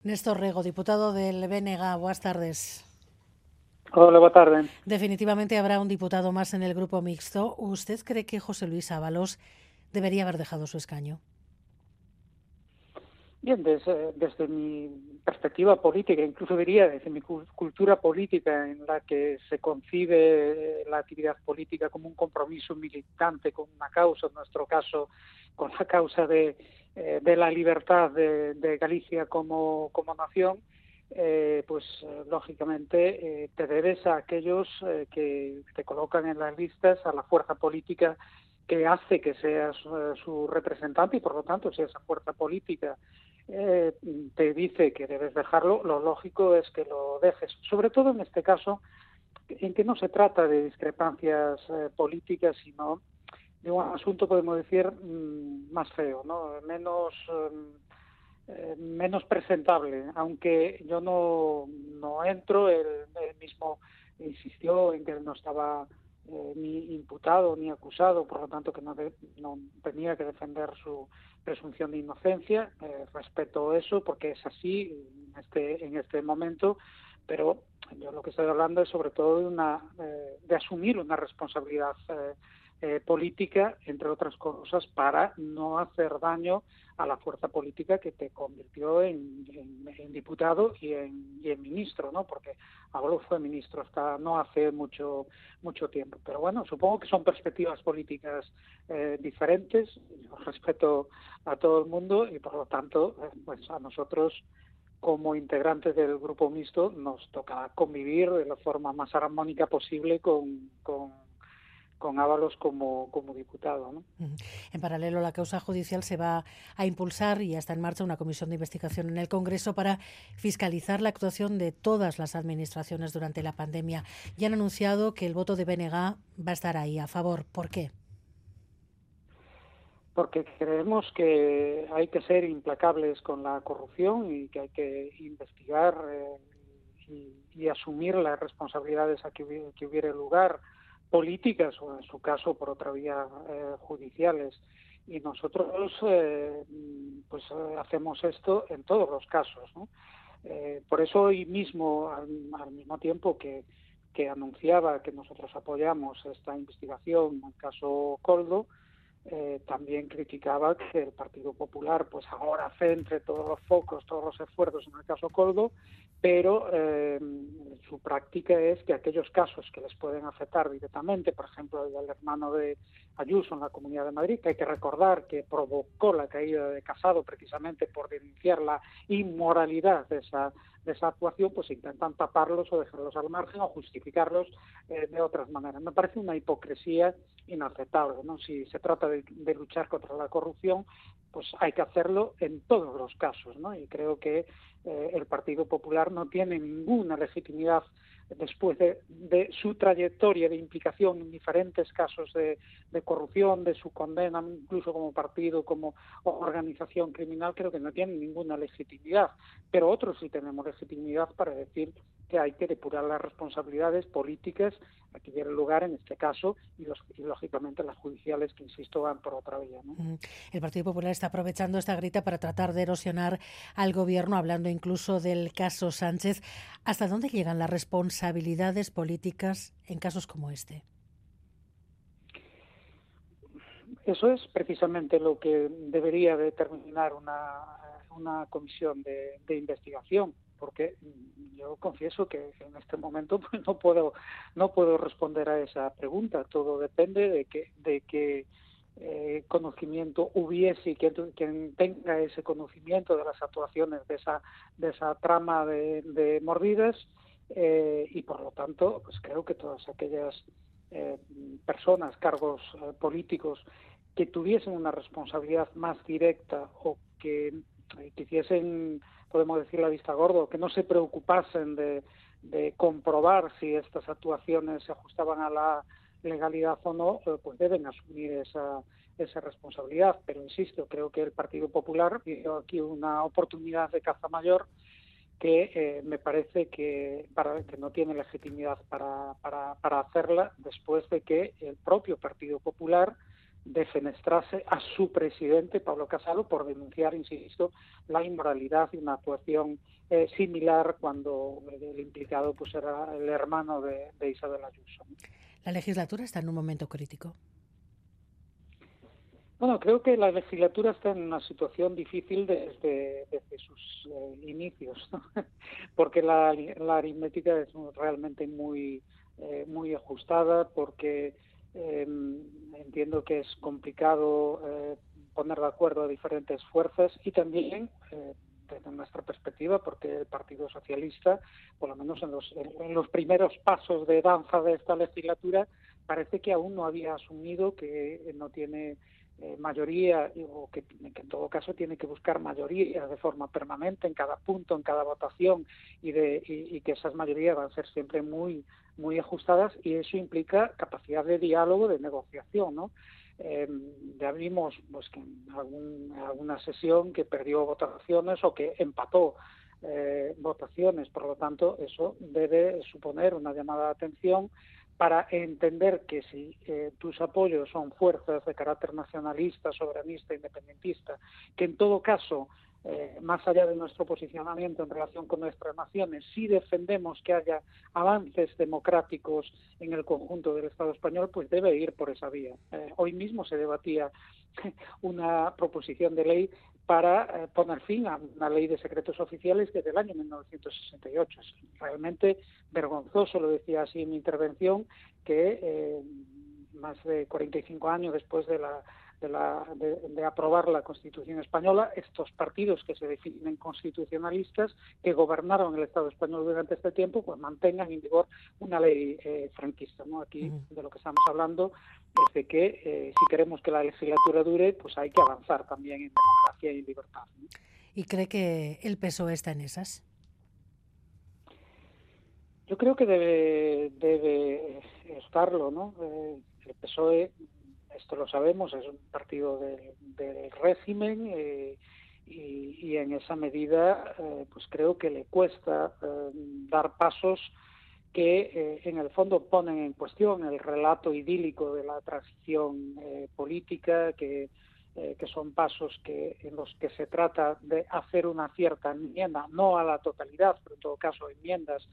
Néstor Rego, diputado del BNG, buenas tardes. Hola, boa tarde. Definitivamente habrá un diputado más en el grupo mixto. ¿Usted cree que José Luis Ábalos debería haber dejado su escaño? Bien, desde mi perspectiva política, incluso diría desde mi cultura política en la que se concibe la actividad política como un compromiso militante con una causa, en nuestro caso con la causa de la libertad de Galicia como nación, lógicamente te debes a aquellos que te colocan en las listas, a la fuerza política que hace que seas su representante y por lo tanto si esa fuerza política eh, te dice que debes dejarlo, lo lógico es que lo dejes. Sobre todo en este caso, en que no se trata de discrepancias políticas, sino de un asunto, podemos decir, más feo, ¿no? Menos presentable, aunque yo no entro, él mismo insistió en que no estaba ni imputado ni acusado, por lo tanto que no tenía que defender su presunción de inocencia. Respeto eso porque es así en este momento, pero yo lo que estoy hablando es sobre todo de asumir una responsabilidad política, entre otras cosas, para no hacer daño a la fuerza política que te convirtió en diputado y en ministro, ¿no? Porque Ábalos fue ministro hasta no hace mucho tiempo. Pero bueno, supongo que son perspectivas políticas diferentes. Yo respeto a todo el mundo y por lo tanto, pues a nosotros como integrantes del grupo mixto nos toca convivir de la forma más armónica posible con Ábalos como diputado, ¿no? En paralelo, la causa judicial se va a impulsar y ya está en marcha una comisión de investigación en el Congreso para fiscalizar la actuación de todas las administraciones durante la pandemia. Ya han anunciado que el voto de BNG va a estar ahí a favor. ¿Por qué? Porque creemos que hay que ser implacables con la corrupción y que hay que investigar y asumir las responsabilidades a que hubiera lugar, políticas o en su caso por otra vía judiciales. Y nosotros hacemos esto en todos los casos, ¿no? Por eso hoy mismo, al mismo tiempo que anunciaba que nosotros apoyamos esta investigación en el caso Coldo, también criticaba que el Partido Popular pues ahora centre todos los focos, todos los esfuerzos en el caso Coldo, pero su práctica es que aquellos casos que les pueden afectar directamente, por ejemplo el del hermano de Ayuso en la Comunidad de Madrid, que hay que recordar que provocó la caída de Casado precisamente por denunciar la inmoralidad de esa actuación, pues intentan taparlos o dejarlos al margen o justificarlos de otras maneras. Me parece una hipocresía inaceptable, ¿no? Si se trata de luchar contra la corrupción, pues hay que hacerlo en todos los casos, ¿no? Y creo que el Partido Popular no tiene ninguna legitimidad después de su trayectoria de implicación en diferentes casos de corrupción, de su condena, incluso como partido, como organización criminal, creo que no tiene ninguna legitimidad. Pero otros sí tenemos legitimidad para decir que hay que depurar las responsabilidades políticas a que diera lugar en este caso y lógicamente las judiciales que, insisto, van por otra vía, ¿no? El Partido Popular está aprovechando esta grita para tratar de erosionar al gobierno, hablando incluso del caso Sánchez. ¿Hasta dónde llegan las responsabilidades políticas en casos como este? Eso es precisamente lo que debería determinar una comisión de investigación, porque yo confieso que en este momento pues, no puedo responder a esa pregunta. Todo depende de que conocimiento hubiese y quien tenga ese conocimiento de las actuaciones de esa trama de mordidas y por lo tanto pues creo que todas aquellas eh, personas, cargos políticos que tuviesen una responsabilidad más directa o que hiciesen, podemos decir, la vista gorda, que no se preocupasen de comprobar si estas actuaciones se ajustaban a la legalidad o no, pues deben asumir esa responsabilidad. Pero insisto, creo que el Partido Popular vio aquí una oportunidad de caza mayor que me parece que no tiene legitimidad para hacerla después de que el propio Partido Popular defenestrase a su presidente, Pablo Casado, por denunciar, insisto, la inmoralidad y una actuación similar cuando el implicado pues era el hermano de Isabel Ayuso. La legislatura está en un momento crítico. Bueno, creo que la legislatura está en una situación difícil desde sus inicios, ¿no? Porque la aritmética es realmente muy ajustada, porque entiendo que es complicado poner de acuerdo a diferentes fuerzas y también desde nuestra perspectiva, porque el Partido Socialista, por lo menos en los primeros pasos de danza de esta legislatura, parece que aún no había asumido que no tiene mayoría, o que en todo caso tiene que buscar mayoría de forma permanente en cada punto, en cada votación, y que esas mayorías van a ser siempre muy ajustadas, y eso implica capacidad de diálogo, de negociación, ¿no? Ya vimos pues que en alguna sesión que perdió votaciones o que empató votaciones, por lo tanto eso debe suponer una llamada de atención para entender que si tus apoyos son fuerzas de carácter nacionalista, soberanista, independentista, que en todo caso, más allá de nuestro posicionamiento en relación con nuestras naciones, sí defendemos que haya avances democráticos en el conjunto del Estado español, pues debe ir por esa vía. Hoy mismo se debatía una proposición de ley para poner fin a una ley de secretos oficiales desde el año 1968. Es realmente vergonzoso, lo decía así en mi intervención, que más de 45 años después de aprobar la Constitución española, estos partidos que se definen constitucionalistas, que gobernaron el Estado español durante este tiempo, pues mantengan en vigor una ley franquista, ¿no? Aquí de lo que estamos hablando es de que si queremos que la legislatura dure, pues hay que avanzar también en democracia y en libertad, ¿no? ¿Y cree que el PSOE está en esas? Yo creo que debe estarlo, ¿no? El PSOE, esto lo sabemos, es un partido del régimen y en esa medida pues creo que le cuesta dar pasos que en el fondo ponen en cuestión el relato idílico de la transición política, que son pasos en los que se trata de hacer una cierta enmienda, no a la totalidad, pero en todo caso enmiendas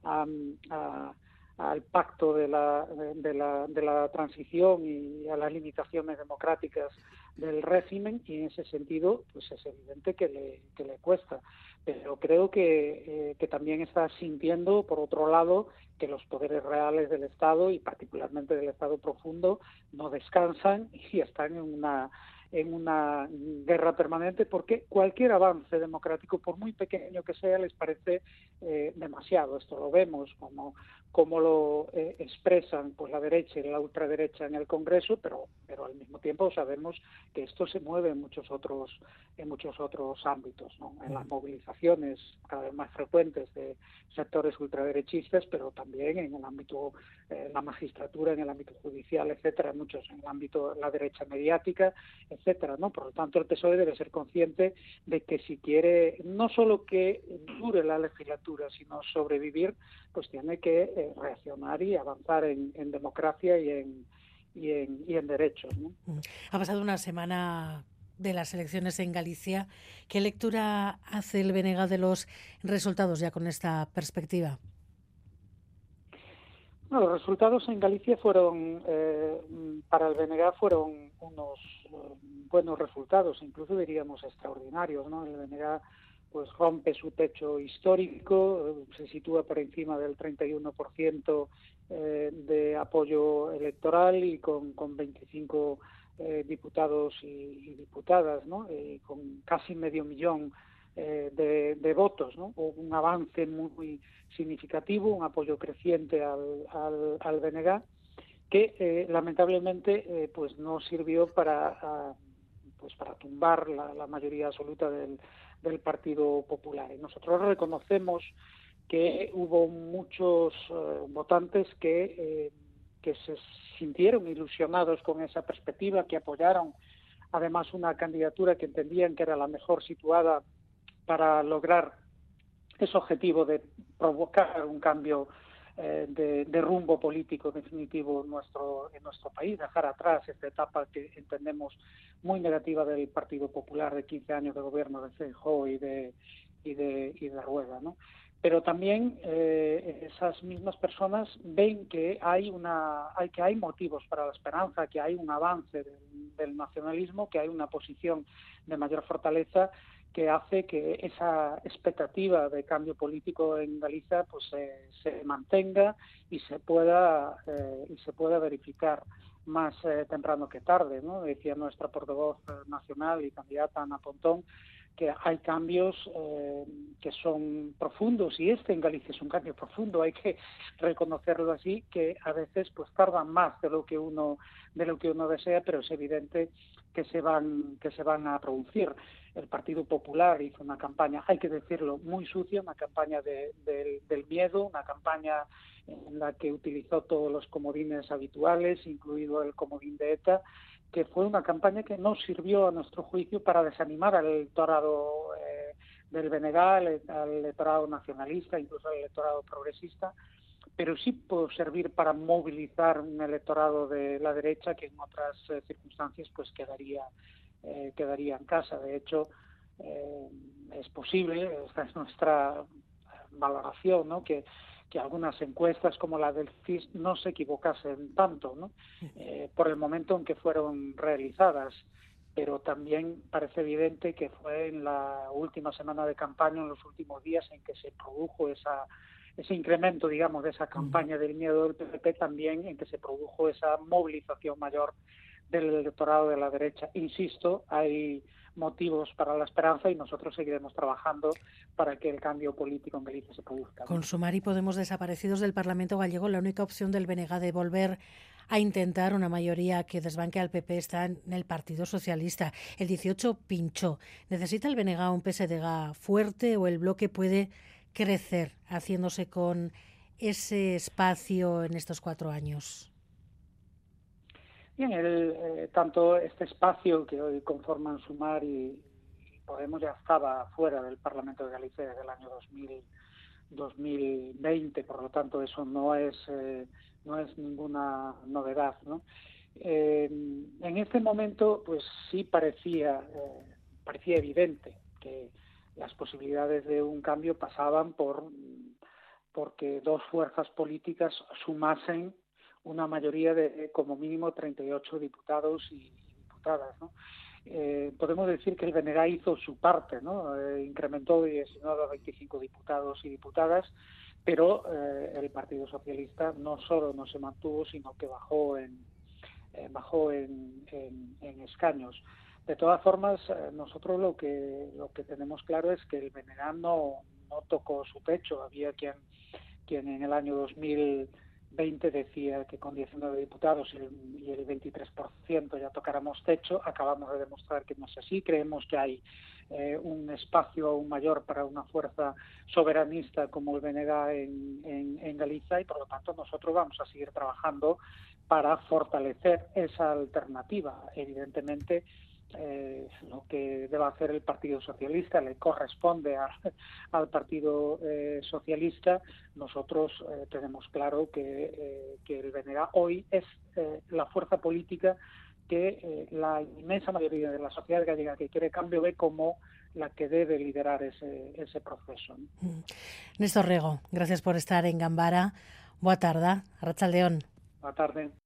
al pacto de la transición y a las limitaciones democráticas del régimen, y en ese sentido pues es evidente que le cuesta. Pero creo que también está sintiendo, por otro lado, que los poderes reales del Estado, y particularmente del Estado profundo, no descansan y están en una guerra permanente, porque cualquier avance democrático, por muy pequeño que sea, les parece demasiado. Esto lo vemos como lo expresan pues la derecha y la ultraderecha en el Congreso, pero al mismo tiempo sabemos que esto se mueve en muchos otros ámbitos, ¿no? En las movilizaciones cada vez más frecuentes de sectores ultraderechistas, pero también en el ámbito la magistratura, en el ámbito judicial, etcétera, muchos en el ámbito de la derecha mediática, etcétera, ¿no? Por lo tanto, el PSOE debe ser consciente de que si quiere no solo que dure la legislatura, sino sobrevivir, pues tiene que reaccionar y avanzar en democracia y en derechos, ¿no? Ha pasado una semana de las elecciones en Galicia. ¿Qué lectura hace el BNG de los resultados ya con esta perspectiva? Bueno, los resultados en Galicia fueron, para el BNG fueron unos buenos resultados, incluso diríamos extraordinarios, ¿no? El BNG pues rompe su techo histórico, se sitúa por encima del 31% de apoyo electoral y con 25 diputados y diputadas, ¿no? Con casi 500.000 de votos, ¿no? Un avance muy significativo, un apoyo creciente al BNG, que lamentablemente pues no sirvió para tumbar la mayoría absoluta del Partido Popular. Y nosotros reconocemos que hubo muchos votantes que se sintieron ilusionados con esa perspectiva, que apoyaron además una candidatura que entendían que era la mejor situada para lograr ese objetivo de provocar un cambio de rumbo político definitivo en nuestro país, dejar atrás esta etapa que entendemos muy negativa del Partido Popular de 15 años de gobierno de Feijóo y de Rueda, ¿no? Pero también esas mismas personas ven que hay motivos para la esperanza, que hay un avance del nacionalismo, que hay una posición de mayor fortaleza que hace que esa expectativa de cambio político en Galicia pues se mantenga y se pueda verificar más temprano que tarde, ¿no? Decía nuestra portavoz nacional y candidata Ana Pontón que hay cambios que son profundos, y este en Galicia es un cambio profundo, hay que reconocerlo así, que a veces pues tardan más de lo que uno desea, pero es evidente que se van a producir. El Partido Popular hizo una campaña, hay que decirlo, muy sucia, una campaña del miedo, una campaña en la que utilizó todos los comodines habituales, incluido el comodín de ETA, que fue una campaña que no sirvió, a nuestro juicio, para desanimar al electorado del BNG, al electorado nacionalista, incluso al electorado progresista, pero sí pudo servir para movilizar un electorado de la derecha que en otras circunstancias pues quedaría en casa. De hecho, es posible, esta es nuestra valoración, ¿no?, que algunas encuestas como la del CIS no se equivocasen tanto, ¿no?, por el momento en que fueron realizadas, pero también parece evidente que fue en la última semana de campaña, en los últimos días, en que se produjo ese incremento, digamos, de esa campaña del miedo del PP, también en que se produjo esa movilización mayor del electorado de la derecha. Insisto, hay motivos para la esperanza y nosotros seguiremos trabajando para que el cambio político en Galicia se produzca. Con Sumar y Podemos desaparecidos del Parlamento gallego, la única opción del BNG de volver a intentar una mayoría que desbanque al PP está en el Partido Socialista. El 18 pinchó. ¿Necesita el BNG un PSDG fuerte o el bloque puede crecer haciéndose con ese espacio en estos 4 años? Bien, tanto este espacio que hoy conforman Sumar y Podemos ya estaba fuera del Parlamento de Galicia desde el año 2020, por lo tanto eso no es ninguna novedad, ¿no? En este momento pues sí parecía evidente que las posibilidades de un cambio pasaban porque dos fuerzas políticas sumasen una mayoría de como mínimo 38 diputados y diputadas, ¿no? Podemos decir que el BNG hizo su parte, ¿no? Incrementó de 19 a 25 diputados y diputadas, pero el Partido Socialista no solo no se mantuvo, sino que bajó en escaños. De todas formas, nosotros lo que tenemos claro es que el BNG no tocó su techo. Había quien en el año 2020 decía que con 19 diputados y el 23% ya tocáramos techo. Acabamos de demostrar que no es así. Creemos que hay un espacio aún mayor para una fuerza soberanista como el BNG en Galicia, y por lo tanto nosotros vamos a seguir trabajando para fortalecer esa alternativa. Evidentemente, lo que debe hacer el Partido Socialista le corresponde al Partido Socialista. Nosotros tenemos claro que el BNG hoy es la fuerza política que la inmensa mayoría de la sociedad gallega que quiere cambio ve como la que debe liderar ese proceso, ¿no? Néstor Rego, gracias por estar en Gambara. Boa tarde, arratsaldeon. Boa tarde.